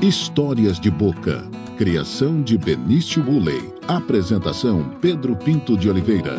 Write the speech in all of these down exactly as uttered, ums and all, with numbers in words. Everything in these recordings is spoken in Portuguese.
Histórias de Boca. Criação de Benício Woolley. Apresentação Pedro Pinto de Oliveira.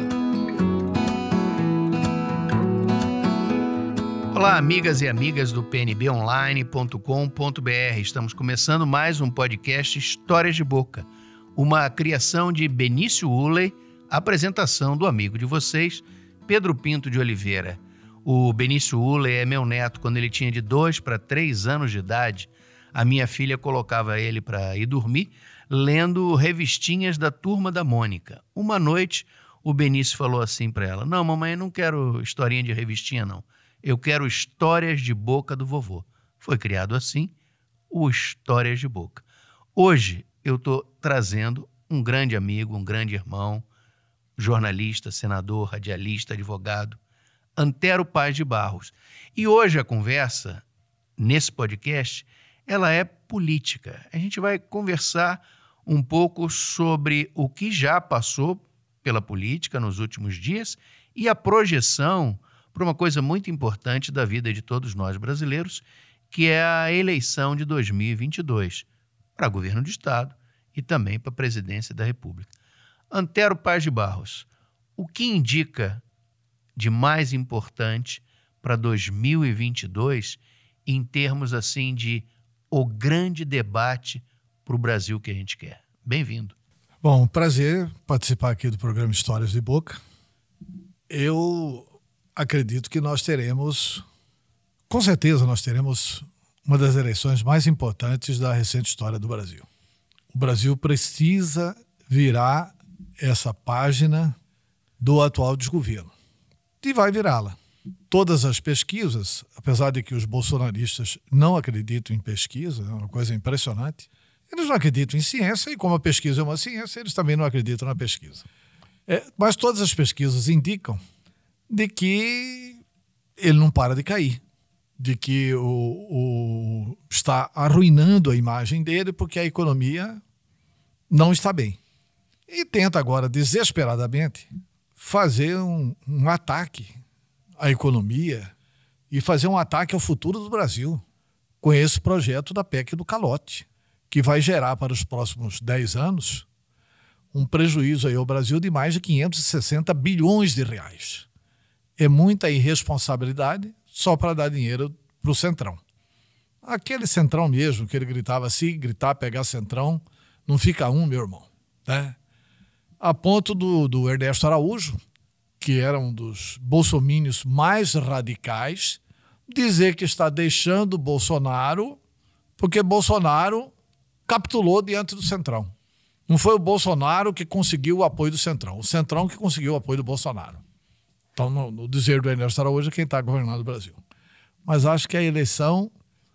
Olá, amigas e amigas do p n b online ponto com ponto b r. Estamos começando mais um podcast Histórias de Boca, uma criação de Benício Woolley, apresentação do amigo de vocês, Pedro Pinto de Oliveira. O Benício Woolley é meu neto. Quando ele tinha de dois para três anos de idade, a minha filha colocava ele para ir dormir lendo revistinhas da Turma da Mônica. Uma noite, o Benício falou assim para ela: "Não, mamãe, eu não quero historinha de revistinha, não. Eu quero Histórias de Boca do vovô." Foi criado assim o Histórias de Boca. Hoje eu estou trazendo um grande amigo, um grande irmão, jornalista, senador, radialista, advogado, Antero Paz de Barros. E hoje a conversa, nesse podcast, ela é política. A gente vai conversar um pouco sobre o que já passou pela política nos últimos dias e a projeção para uma coisa muito importante da vida de todos nós brasileiros, que é a eleição de dois mil e vinte e dois, para governo do Estado e também para a presidência da República. Antero Paz de Barros, o que indica de mais importante para dois mil e vinte e dois em termos assim de o grande debate para o Brasil que a gente quer? Bem-vindo. Bom, prazer participar aqui do programa Histórias de Boca. Eu acredito que nós teremos, com certeza nós teremos uma das eleições mais importantes da recente história do Brasil. O Brasil precisa virar essa página do atual desgoverno. E vai virá-la. Todas as pesquisas, apesar de que os bolsonaristas não acreditam em pesquisa, é uma coisa impressionante, eles não acreditam em ciência, e como a pesquisa é uma ciência, eles também não acreditam na pesquisa. É, mas todas as pesquisas indicam de que ele não para de cair, de que o, o, está arruinando a imagem dele porque a economia não está bem. E tenta agora, desesperadamente, fazer um, um ataque à economia e fazer um ataque ao futuro do Brasil com esse projeto da P E C do calote, que vai gerar para os próximos dez anos um prejuízo aí ao Brasil de mais de quinhentos e sessenta bilhões de reais. É muita irresponsabilidade só para dar dinheiro para o Centrão. Aquele Centrão mesmo, que ele gritava assim, gritar, pegar Centrão, não fica um, meu irmão, né? A ponto do, do Ernesto Araújo, que era um dos bolsomínios mais radicais, dizer que está deixando Bolsonaro porque Bolsonaro capitulou diante do Centrão. Não foi o Bolsonaro que conseguiu o apoio do Centrão, o Centrão que conseguiu o apoio do Bolsonaro. Então, no, no dizer do Ernesto Araújo, é quem está governando o Brasil. Mas acho que a eleição,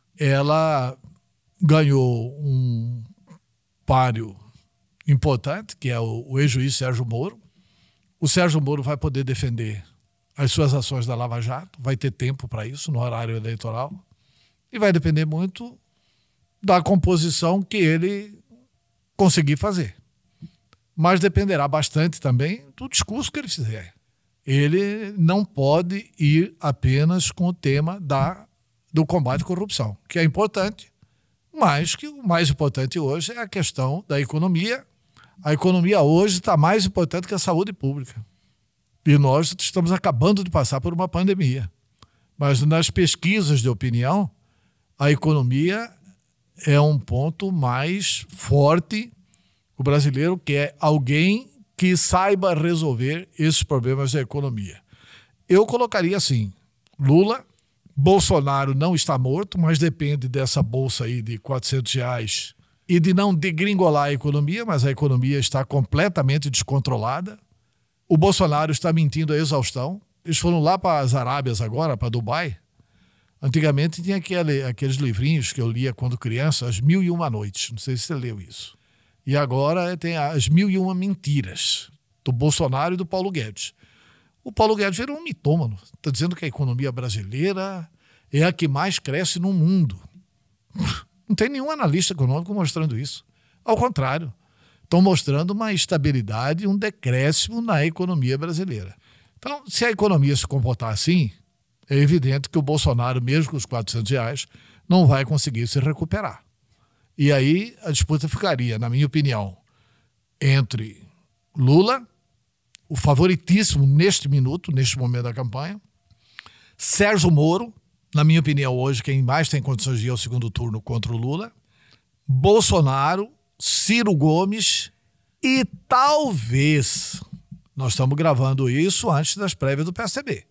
ela ganhou um páreo importante, que é o, o ex-juiz Sérgio Moro. O Sérgio Moro vai poder defender as suas ações da Lava Jato, vai ter tempo para isso no horário eleitoral, e vai depender muito da composição que ele conseguir fazer. Mas dependerá bastante também do discurso que ele fizer. Ele não pode ir apenas com o tema da, do combate à corrupção, que é importante, mas que o mais importante hoje é a questão da economia. A economia hoje está mais importante que a saúde pública. E nós estamos acabando de passar por uma pandemia. Mas nas pesquisas de opinião, a economia é um ponto mais forte. O brasileiro quer alguém que saiba resolver esses problemas da economia. Eu colocaria assim: Lula, Bolsonaro não está morto, mas depende dessa bolsa aí de quatrocentos reais e de não degringolar a economia, mas a economia está completamente descontrolada. O Bolsonaro está mentindo a exaustão. Eles foram lá para as Arábias agora, para Dubai. Antigamente tinha aquele, aqueles livrinhos que eu lia quando criança, As Mil e Uma Noites. Não sei se você leu isso. E agora tem As Mil e Uma Mentiras, do Bolsonaro e do Paulo Guedes. O Paulo Guedes virou um mitômano. Está dizendo que a economia brasileira é a que mais cresce no mundo. Não tem nenhum analista econômico mostrando isso. Ao contrário, estão mostrando uma estabilidade e um decréscimo na economia brasileira. Então, se a economia se comportar assim, é evidente que o Bolsonaro, mesmo com os quatrocentos reais, não vai conseguir se recuperar. E aí a disputa ficaria, na minha opinião, entre Lula, o favoritíssimo neste minuto, neste momento da campanha, Sérgio Moro, na minha opinião hoje, quem mais tem condições de ir ao segundo turno contra o Lula, Bolsonaro, Ciro Gomes e talvez, nós estamos gravando isso antes das prévias do P S D B,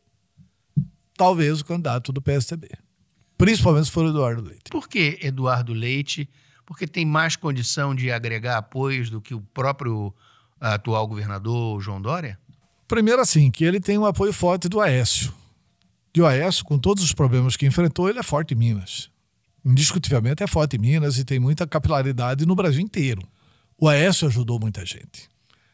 talvez o candidato do P S D B, principalmente se for o Eduardo Leite. Por que Eduardo Leite? Porque tem mais condição de agregar apoios do que o próprio atual governador João Dória? Primeiro assim, que ele tem um apoio forte do Aécio. E o Aécio, com todos os problemas que enfrentou, ele é forte em Minas. Indiscutivelmente é forte em Minas e tem muita capilaridade no Brasil inteiro. O Aécio ajudou muita gente.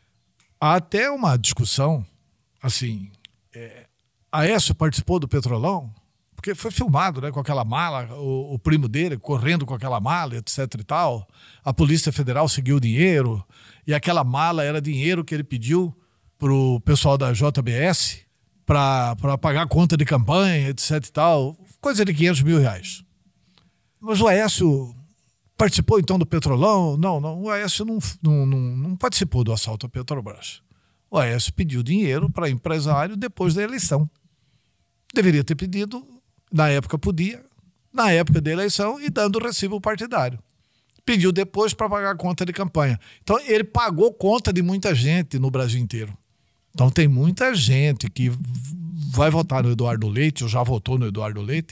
Há até uma discussão, assim, é, Aécio participou do Petrolão, porque foi filmado, né, com aquela mala, o, o primo dele correndo com aquela mala, etc e tal. A Polícia Federal seguiu o dinheiro e aquela mala era dinheiro que ele pediu para o pessoal da J B S para pagar conta de campanha, etc e tal. Coisa de quinhentos mil reais. Mas o Aécio participou então do Petrolão? Não, não o Aécio não, não, não, não participou do assalto à Petrobras. O Aécio pediu dinheiro para empresário depois da eleição. Deveria ter pedido, na época podia, na época da eleição e dando recibo partidário. Pediu depois para pagar a conta de campanha. Então ele pagou conta de muita gente no Brasil inteiro. Então tem muita gente que vai votar no Eduardo Leite, ou já votou no Eduardo Leite,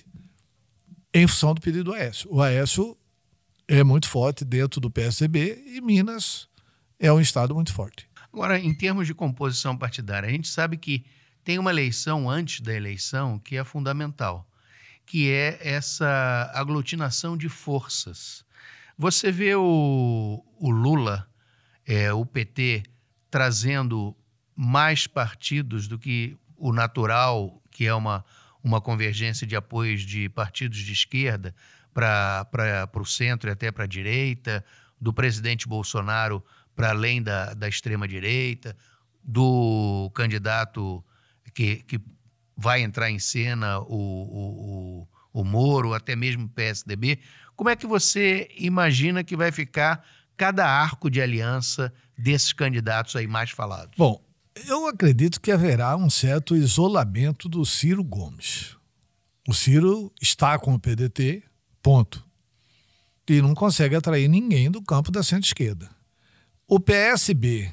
em função do pedido do Aécio. O Aécio é muito forte dentro do P S D B e Minas é um estado muito forte. Agora, em termos de composição partidária, a gente sabe que tem uma eleição antes da eleição que é fundamental, que é essa aglutinação de forças. Você vê o, o Lula, é, o P T, trazendo mais partidos do que o natural, que é uma, uma convergência de apoios de partidos de esquerda para o centro e até para a direita, do presidente Bolsonaro para além da, da extrema-direita, do candidato que, que vai entrar em cena, o, o, o, o Moro, até mesmo o P S D B. Como é que você imagina que vai ficar cada arco de aliança desses candidatos aí mais falados? Bom, eu acredito que haverá um certo isolamento do Ciro Gomes. O Ciro está com o P D T, ponto. E não consegue atrair ninguém do campo da centro-esquerda. O P S B,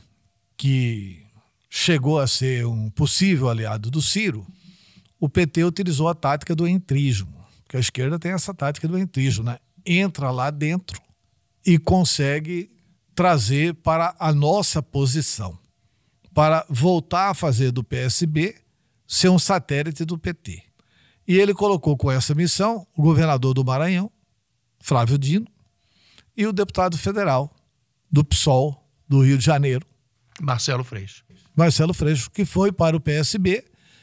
que chegou a ser um possível aliado do Ciro, o P T utilizou a tática do entrismo, porque a esquerda tem essa tática do entrismo, né? Entra lá dentro e consegue trazer para a nossa posição, para voltar a fazer do P S B ser um satélite do P T. E ele colocou com essa missão o governador do Maranhão, Flávio Dino, e o deputado federal do P SOL do Rio de Janeiro, Marcelo Freixo. Marcelo Freixo, que foi para o P S B,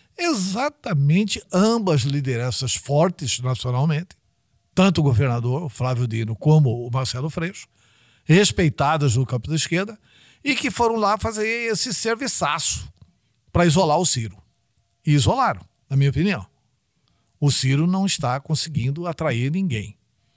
exatamente ambas lideranças fortes nacionalmente, tanto o governador, o Flávio Dino, como o Marcelo Freixo, respeitadas no campo da esquerda, e que foram lá fazer esse serviçaço para isolar o Ciro. E isolaram, na minha opinião. O Ciro não está conseguindo atrair ninguém.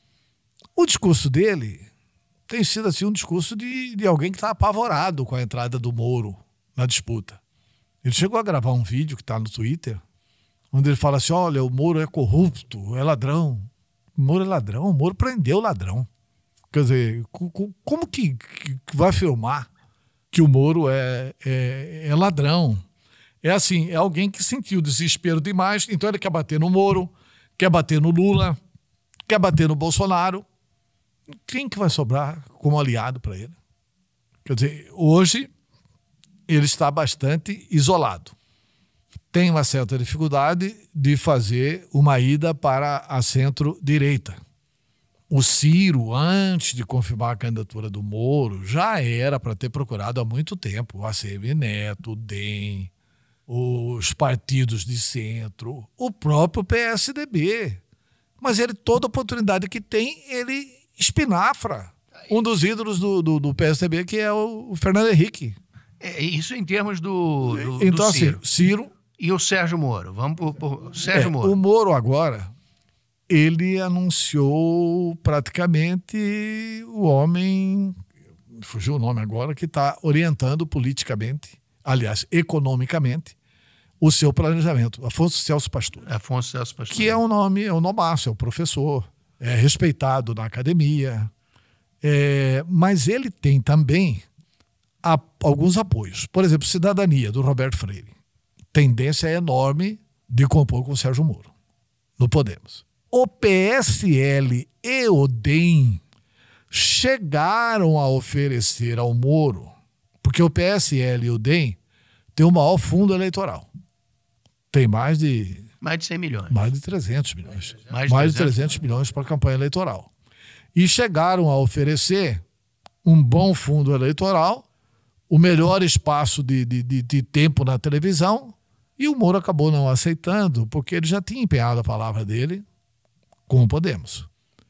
O discurso dele tem sido assim um discurso de, de alguém que está apavorado com a entrada do Moro na disputa. Ele chegou a gravar um vídeo que está no Twitter, onde ele fala assim, olha, o Moro é corrupto, é ladrão. O Moro é ladrão, o Moro prendeu o ladrão. Quer dizer, como que, que vai afirmar que o Moro é, é, é ladrão? É assim, é alguém que sentiu desespero demais, então ele quer bater no Moro, quer bater no Lula, quer bater no Bolsonaro. Quem que vai sobrar como aliado para ele? Quer dizer, hoje ele está bastante isolado. Tem uma certa dificuldade de fazer uma ida para a centro-direita. O Ciro, antes de confirmar a candidatura do Moro, já era para ter procurado há muito tempo o A C M Neto, o D E M, os partidos de centro, o próprio P S D B. Mas ele, toda oportunidade que tem, ele espinafra. Um dos ídolos do, do, do P S D B, que é o, o Fernando Henrique. É isso em termos do, do, então, do Ciro. Assim, Ciro... E o Sérgio Moro? Vamos por, por Sérgio é, Moro. O Moro agora, ele anunciou praticamente o homem, fugiu o nome agora, que está orientando politicamente, aliás, economicamente, o seu planejamento. Afonso Celso Pastor. Afonso Celso Pastor. Que é um nome, é um nomaço, é um professor, é respeitado na academia, é, mas ele tem também a, alguns apoios. Por exemplo, Cidadania, do Roberto Freire. Tendência enorme de compor com o Sérgio Moro, no Podemos. O P S L e o D E M chegaram a oferecer ao Moro, porque o P S L e o D E M têm o maior fundo eleitoral. Tem mais de... Mais de cem milhões. Mais de trezentos milhões. Mais de mais de trezentos milhões para a campanha eleitoral. E chegaram a oferecer um bom fundo eleitoral, o melhor espaço de, de, de, de tempo na televisão, e o Moro acabou não aceitando, porque ele já tinha empenhado a palavra dele com o Podemos.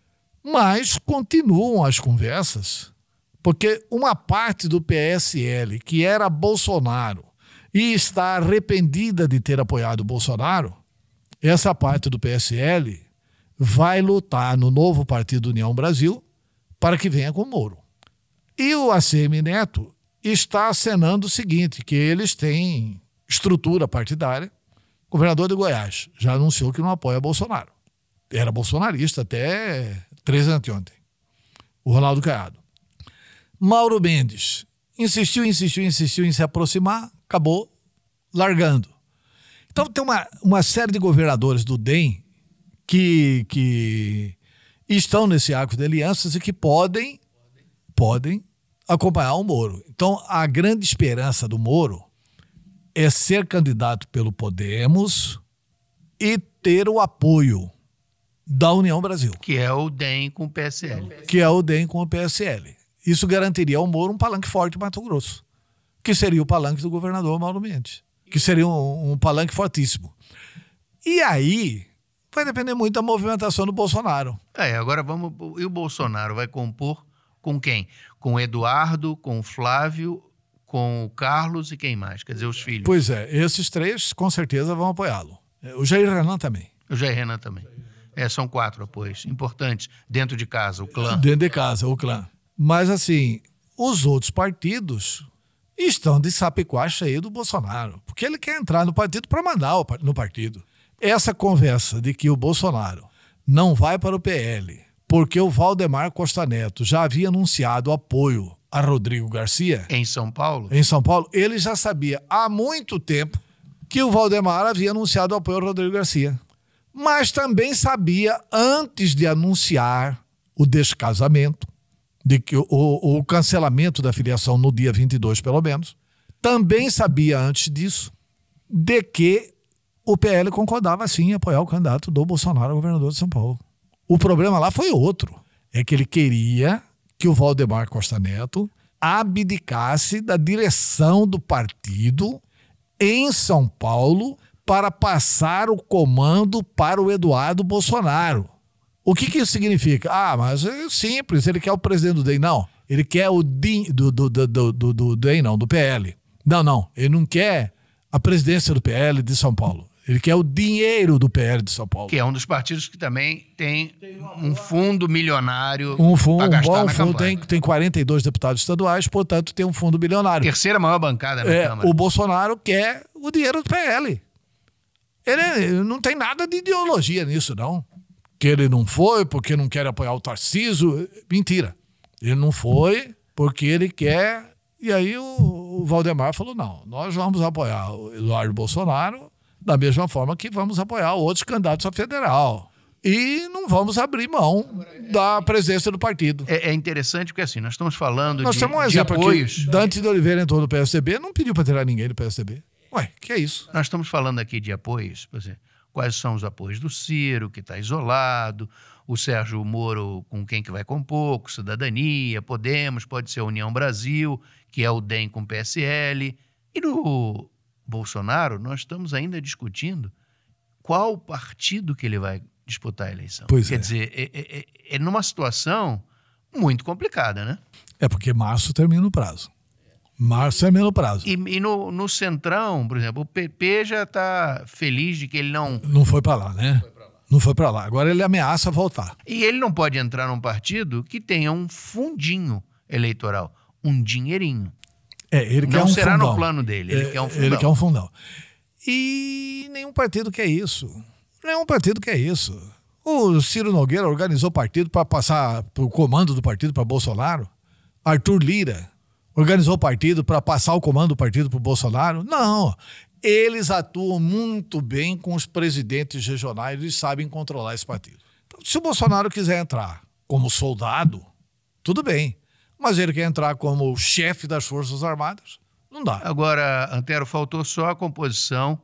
Mas continuam as conversas, porque uma parte do P S L, que era Bolsonaro, e está arrependida de ter apoiado o Bolsonaro, essa parte do P S L vai lutar no novo Partido União Brasil para que venha com o Moro. E o A C M Neto está acenando o seguinte, que eles têm estrutura partidária. O governador de Goiás já anunciou que não apoia Bolsonaro. Era bolsonarista até três anos de ontem. O Ronaldo Caiado. Mauro Mendes insistiu, insistiu, insistiu em se aproximar, acabou largando. Então tem uma, uma série de governadores do D E M que, que estão nesse arco de alianças e que podem, podem acompanhar o Moro. Então a grande esperança do Moro é ser candidato pelo Podemos e ter o apoio da União Brasil. Que é o D E M com o P S L. Que é o D E M com o P S L. Isso garantiria ao Moro um palanque forte em Mato Grosso, que seria o palanque do governador Mauro Mendes, que seria um, um palanque fortíssimo. E aí vai depender muito da movimentação do Bolsonaro. É, agora vamos... E o Bolsonaro vai compor com quem? Com o Eduardo, com o Flávio, com o Carlos e quem mais? Quer dizer, os filhos. Pois é, esses três com certeza vão apoiá-lo. O Jair Renan também. O Jair Renan também. É, são quatro apoios importantes dentro de casa, o clã. Dentro de casa, o clã. Mas, assim, os outros partidos estão de sapicuá cheio do Bolsonaro, porque ele quer entrar no partido para mandar no partido. Essa conversa de que o Bolsonaro não vai para o P L porque o Valdemar Costa Neto já havia anunciado apoio a Rodrigo Garcia... Em São Paulo? Em São Paulo. Ele já sabia há muito tempo que o Valdemar havia anunciado apoio a Rodrigo Garcia. Mas também sabia, antes de anunciar o descasamento, de que o, o, o cancelamento da filiação no dia vinte e dois, pelo menos, também sabia, antes disso, de que o P L concordava, sim, em apoiar o candidato do Bolsonaro ao governador de São Paulo. O problema lá foi outro. É que ele queria que o Valdemar Costa Neto abdicasse da direção do partido em São Paulo para passar o comando para o Eduardo Bolsonaro. O que, que isso significa? Ah, mas é simples, ele quer o presidente do D E M. Não, ele quer o D I, do, do, do, do, do, do D E M, não, do P L. Não, não, ele não quer a presidência do P L de São Paulo. Ele quer o dinheiro do P L de São Paulo. Que é um dos partidos que também tem um fundo milionário um fundo, para gastar um bom na fundo, campanha. Tem, tem quarenta e dois deputados estaduais, portanto tem um fundo bilionário. Terceira maior bancada na É, Câmara. o Bolsonaro quer o dinheiro do P L. Ele, ele não tem nada de ideologia nisso, não. Que ele não foi porque não quer apoiar o Tarcísio. Mentira. Ele não foi porque ele quer... E aí o, o Valdemar falou, não, nós vamos apoiar o Eduardo Bolsonaro da mesma forma que vamos apoiar outros candidatos a federal. E não vamos abrir mão da presença do partido. É, é interessante porque assim, nós estamos falando Nós de, temos um de exemplo apoios. aqui. Dante de Oliveira entrou no P S D B, não pediu para tirar ninguém do P S D B. Ué, que é isso? Nós estamos falando aqui de apoios, por exemplo, quais são os apoios do Ciro, que está isolado, o Sérgio Moro com quem que vai compor, com Cidadania, Podemos, pode ser a União Brasil, que é o D E M com o P S L. E no Bolsonaro, nós estamos ainda discutindo qual partido que ele vai disputar a eleição. Pois Quer é. dizer, é, é, é numa situação muito complicada, né? É porque março termina o prazo. Março termina o prazo. E, e no, no Centrão, por exemplo, o P P já está feliz de que ele não... Não foi para lá, né? Não foi para lá. Agora ele ameaça voltar. E ele não pode entrar num partido que tenha um fundinho eleitoral, um dinheirinho. É, ele quer não um será fundão. no plano dele, ele é, quer um fundão. Ele quer um fundão. E nenhum partido quer isso. Nenhum partido quer isso. O Ciro Nogueira organizou partido para passar o comando do partido para Bolsonaro. Arthur Lira organizou partido para passar o comando do partido para o Bolsonaro. Não. Eles atuam muito bem com os presidentes regionais e sabem controlar esse partido. Então, se o Bolsonaro quiser entrar como soldado, tudo bem. Mas ele quer entrar como chefe das Forças Armadas, não dá. Agora, Antero, faltou só a composição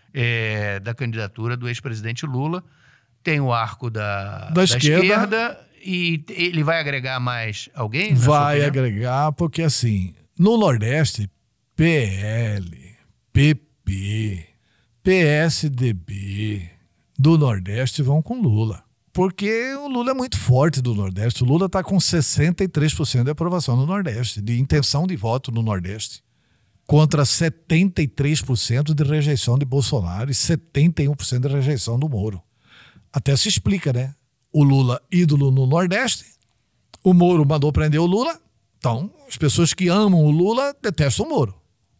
é, da candidatura do ex-presidente Lula. Tem o arco da, da, da esquerda, esquerda e ele vai agregar mais alguém? Vai agregar, porque assim, no Nordeste, P L, P P, P S D B do Nordeste vão com Lula. Porque o Lula é muito forte do Nordeste. O Lula está com sessenta e três por cento de aprovação no Nordeste, de intenção de voto no Nordeste, contra setenta e três por cento de rejeição de Bolsonaro e setenta e um por cento de rejeição do Moro. Até se explica, né? O Lula ídolo no Nordeste, o Moro mandou prender o Lula, então as pessoas que amam o Lula detestam o Moro.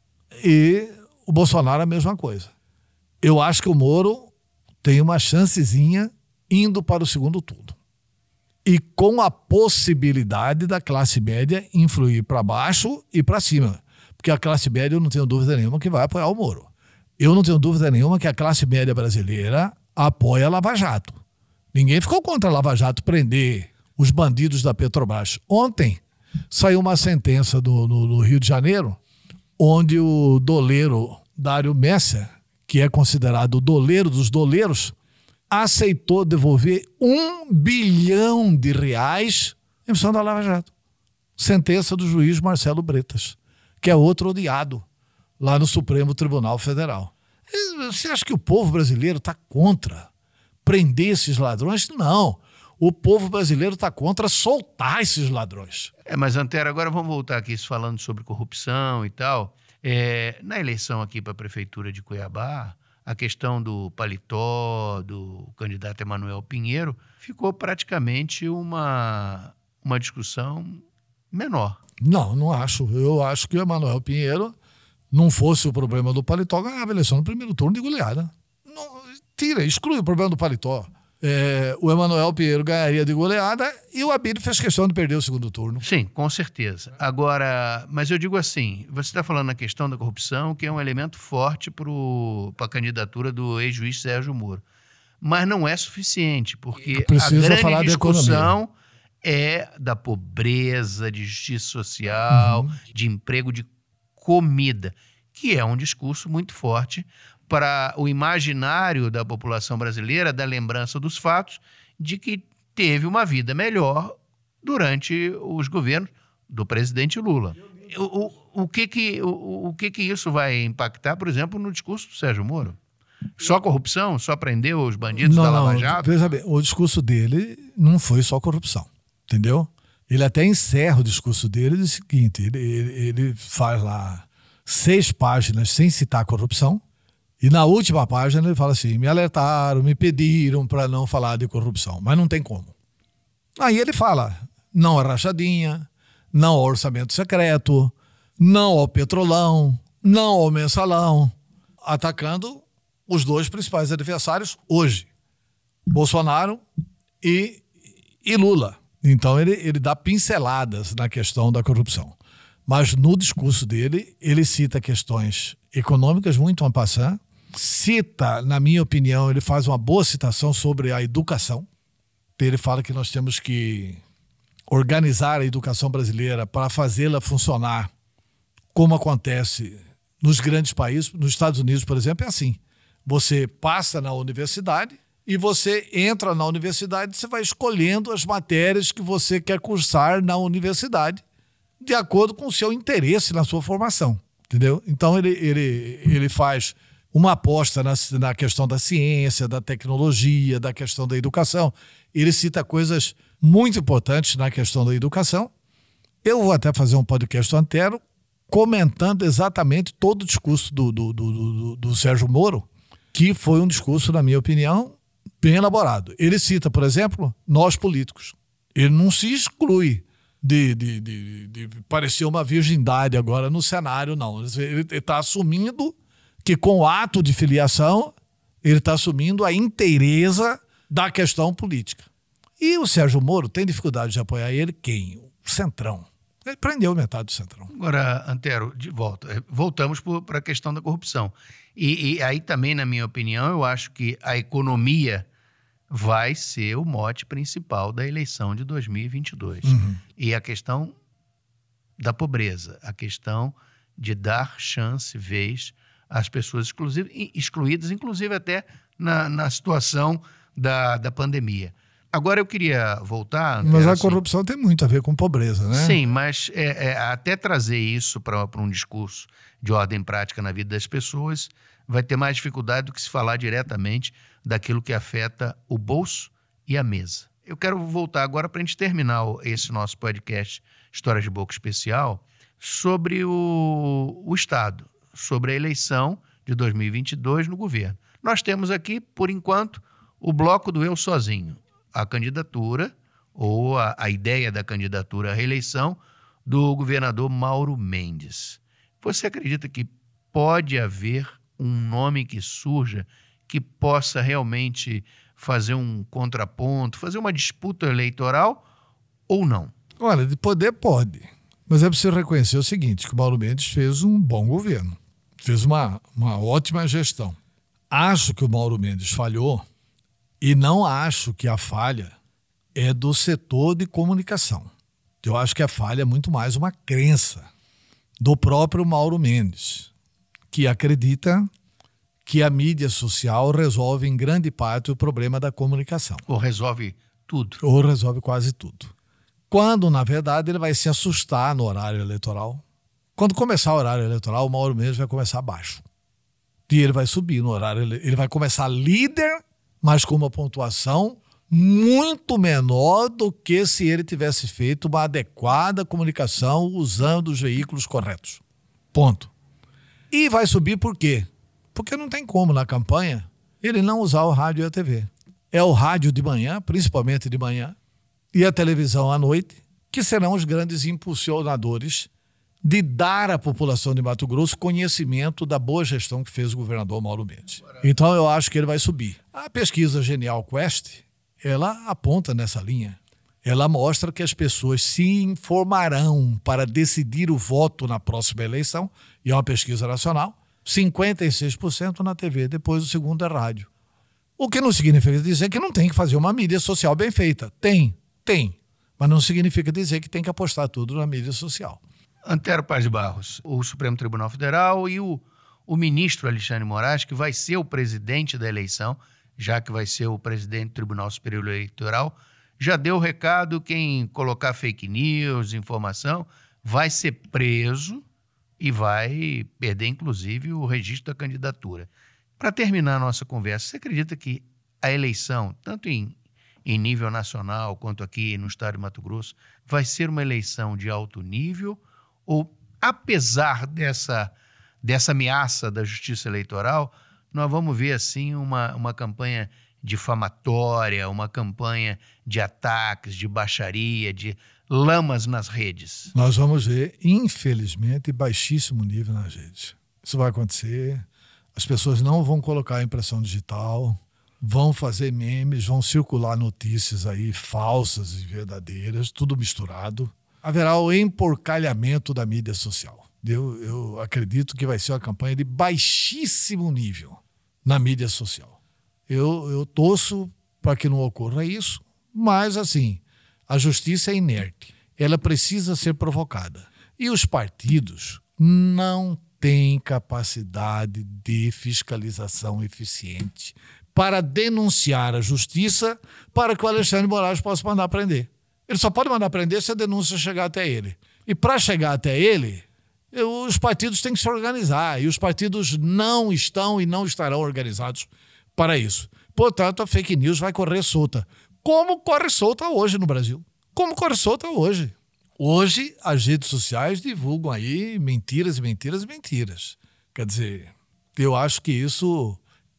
E o Bolsonaro a mesma coisa. Eu acho que o Moro tem uma chancezinha indo para o segundo turno. E com a possibilidade da classe média influir para baixo e para cima. Porque a classe média, eu não tenho dúvida nenhuma que vai apoiar o Moro. Eu não tenho dúvida nenhuma que a classe média brasileira apoia a Lava Jato. Ninguém ficou contra a Lava Jato prender os bandidos da Petrobras. Ontem saiu uma sentença do, no, no Rio de Janeiro, onde o doleiro Dário Messer, que é considerado o doleiro dos doleiros, aceitou devolver um bilhão de reais em função da Lava Jato. Sentença do juiz Marcelo Bretas, que é outro odiado lá no Supremo Tribunal Federal. Você acha que o povo brasileiro está contra prender esses ladrões? Não. O povo brasileiro está contra soltar esses ladrões. É, mas, Antero, agora vamos voltar aqui falando sobre corrupção e tal. É, na eleição aqui para a Prefeitura de Cuiabá, a questão do paletó, do candidato Emanuel Pinheiro, ficou praticamente uma, uma discussão menor. Não, não acho. Eu acho que o Emanuel Pinheiro, não fosse o problema do paletó, ganhava a eleição no primeiro turno de goleada. Não, tira, exclui o problema do paletó. É, o Emanuel Pinheiro ganharia de goleada e o Abílio fez questão de perder o segundo turno. Sim, com certeza. Agora, mas eu digo assim, você está falando na questão da corrupção, que é um elemento forte para a candidatura do ex-juiz Sérgio Moro. Mas não é suficiente, porque a grande falar discussão é da pobreza, de justiça social, uhum. de emprego, de comida, que é um discurso muito forte para o imaginário da população brasileira, da lembrança dos fatos de que teve uma vida melhor durante os governos do presidente Lula. O, o, o, que, que, o, o que, que isso vai impactar, por exemplo, no discurso do Sérgio Moro? Só corrupção? Só prender os bandidos não, da Lava Jato? Veja bem, o discurso dele não foi só corrupção, entendeu? Ele até encerra o discurso dele do seguinte, ele, ele, ele faz lá seis páginas sem citar corrupção, e na última página ele fala assim, me alertaram, me pediram para não falar de corrupção, mas não tem como. Aí ele fala, não a rachadinha, não ao orçamento secreto, não ao petrolão, não ao mensalão, atacando os dois principais adversários hoje, Bolsonaro e, e Lula. Então ele, ele dá pinceladas na questão da corrupção. Mas no discurso dele, ele cita questões econômicas muito en passant, cita, na minha opinião, ele faz uma boa citação sobre a educação. Ele fala que nós temos que organizar a educação brasileira para fazê-la funcionar como acontece nos grandes países. Nos Estados Unidos, por exemplo, é assim. Você passa na universidade e você entra na universidade e você vai escolhendo as matérias que você quer cursar na universidade de acordo com o seu interesse na sua formação, entendeu? Então ele, ele, ele faz uma aposta na, na questão da ciência, da tecnologia, da questão da educação. Ele cita coisas muito importantes na questão da educação. Eu vou até fazer um podcast inteiro comentando exatamente todo o discurso do, do, do, do, do Sérgio Moro, que foi um discurso, na minha opinião, bem elaborado. Ele cita, por exemplo, nós políticos. Ele não se exclui de, de, de, de parecer uma virgindade agora no cenário, não. Ele está assumindo que com o ato de filiação, ele está assumindo a inteireza da questão política. E o Sérgio Moro tem dificuldade de apoiar ele, quem? O Centrão. Ele prendeu metade do Centrão. Agora, Antero, de volta, voltamos para a questão da corrupção. E, e aí também, na minha opinião, eu acho que a economia vai ser o mote principal da eleição de dois mil e vinte e dois. Uhum. E a questão da pobreza, a questão de dar chance, vez às pessoas exclusive, excluídas, inclusive até na, na situação da, da pandemia. Agora eu queria voltar... Antero, mas a assim, corrupção tem muito a ver com pobreza, né? Sim, mas é, é, até trazer isso para um discurso de ordem prática na vida das pessoas vai ter mais dificuldade do que se falar diretamente daquilo que afeta o bolso e a mesa. Eu quero voltar agora para a gente terminar esse nosso podcast Histórias de Boca Especial sobre o, o Estado, sobre a eleição de dois mil e vinte e dois no governo. Nós temos aqui, por enquanto, o bloco do eu sozinho, a candidatura ou a, a ideia da candidatura à reeleição do governador Mauro Mendes. Você acredita que pode haver um nome que surja que possa realmente fazer um contraponto, fazer uma disputa eleitoral ou não? Olha, de poder pode, mas é preciso reconhecer o seguinte, que o Mauro Mendes fez um bom governo, fez uma, uma ótima gestão. Acho que o Mauro Mendes falhou e não acho que a falha é do setor de comunicação. Eu acho que a falha é muito mais uma crença do próprio Mauro Mendes, que acredita que a mídia social resolve em grande parte o problema da comunicação. Ou resolve tudo. Ou resolve quase tudo. Quando, na verdade, ele vai se assustar no horário eleitoral. Quando começar o horário eleitoral, o Mauro Mendes vai começar baixo. E ele vai subir no horário. Ele vai começar líder, mas com uma pontuação muito menor do que se ele tivesse feito uma adequada comunicação usando os veículos corretos. Ponto. E vai subir por quê? Porque não tem como, na campanha, ele não usar o rádio e a T V. É o rádio de manhã, principalmente de manhã, e a televisão à noite, que serão os grandes impulsionadores de dar à população de Mato Grosso conhecimento da boa gestão que fez o governador Mauro Mendes. Então eu acho que ele vai subir. A pesquisa Genial Quest, ela aponta nessa linha. Ela mostra que as pessoas se informarão para decidir o voto na próxima eleição, e é uma pesquisa nacional, cinquenta e seis por cento na T V, depois o segundo é rádio. O que não significa dizer que não tem que fazer uma mídia social bem feita. Tem, tem. Mas não significa dizer que tem que apostar tudo na mídia social. Antero Paz de Barros, o Supremo Tribunal Federal e o, o ministro Alexandre Moraes, que vai ser o presidente da eleição, já que vai ser o presidente do Tribunal Superior Eleitoral, já deu o recado, quem colocar fake news, informação, vai ser preso e vai perder, inclusive, o registro da candidatura. Para terminar a nossa conversa, você acredita que a eleição, tanto em, em nível nacional quanto aqui no estado de Mato Grosso, vai ser uma eleição de alto nível ou, apesar dessa, dessa ameaça da justiça eleitoral, nós vamos ver, assim, uma, uma campanha difamatória, uma campanha de ataques, de baixaria, de lamas nas redes? Nós vamos ver, infelizmente, baixíssimo nível nas redes. Isso vai acontecer, as pessoas não vão colocar a impressão digital, vão fazer memes, vão circular notícias aí falsas e verdadeiras, tudo misturado. Haverá o emporcalhamento da mídia social. Eu, eu acredito que vai ser uma campanha de baixíssimo nível na mídia social. Eu, eu torço para que não ocorra isso, mas assim, a justiça é inerte, ela precisa ser provocada. E os partidos não têm capacidade de fiscalização eficiente para denunciar a justiça para que o Alexandre Moraes possa mandar prender. Ele só pode mandar prender se a denúncia chegar até ele. E para chegar até ele, os partidos têm que se organizar, e os partidos não estão e não estarão organizados para isso. Portanto, a fake news vai correr solta. Como corre solta hoje no Brasil. Como corre solta hoje. Hoje, as redes sociais divulgam aí mentiras, mentiras, mentiras. Quer dizer, eu acho que isso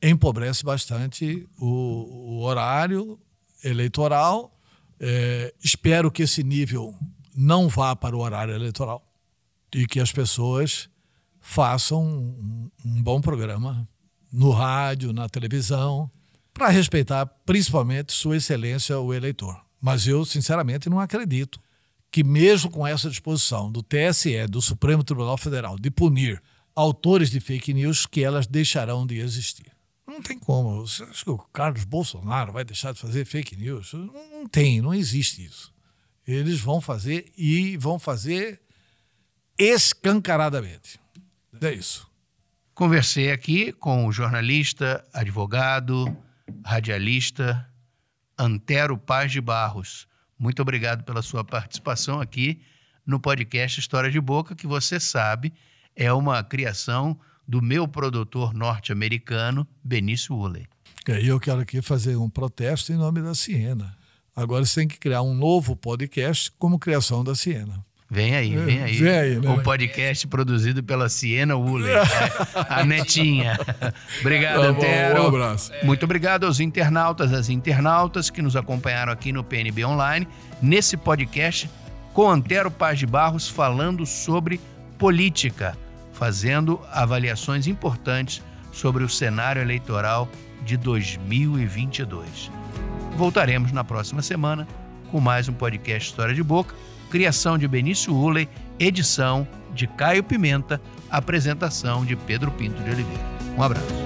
empobrece bastante o, o horário eleitoral. É, espero que esse nível não vá para o horário eleitoral e que as pessoas façam um, um bom programa no rádio, na televisão, para respeitar principalmente sua excelência, o eleitor. Mas eu, sinceramente, não acredito que mesmo com essa disposição do T S E, do Supremo Tribunal Federal, de punir autores de fake news, que elas deixarão de existir. Não tem como. Você acha que o Carlos Bolsonaro vai deixar de fazer fake news? Não tem, não existe isso. Eles vão fazer e vão fazer escancaradamente. É isso. Conversei aqui com o jornalista, advogado, radialista Antero Paz de Barros. Muito obrigado pela sua participação aqui no podcast História de Boca, que você sabe é uma criação do meu produtor norte-americano, Benício Ulley. E eu quero aqui fazer um protesto em nome da Siena. Agora você tem que criar um novo podcast como criação da Siena. Vem aí, vem aí. Vem aí, né? O podcast produzido pela Siena Ulley, né? A netinha. Obrigado, Tá bom, Antero. um abraço. Muito obrigado aos internautas, às internautas que nos acompanharam aqui no P N B Online, nesse podcast com Antero Paz de Barros falando sobre política, fazendo avaliações importantes sobre o cenário eleitoral de dois mil e vinte e dois. Voltaremos na próxima semana com mais um podcast História de Boca, criação de Benício Ulley, edição de Caio Pimenta, apresentação de Pedro Pinto de Oliveira. Um abraço.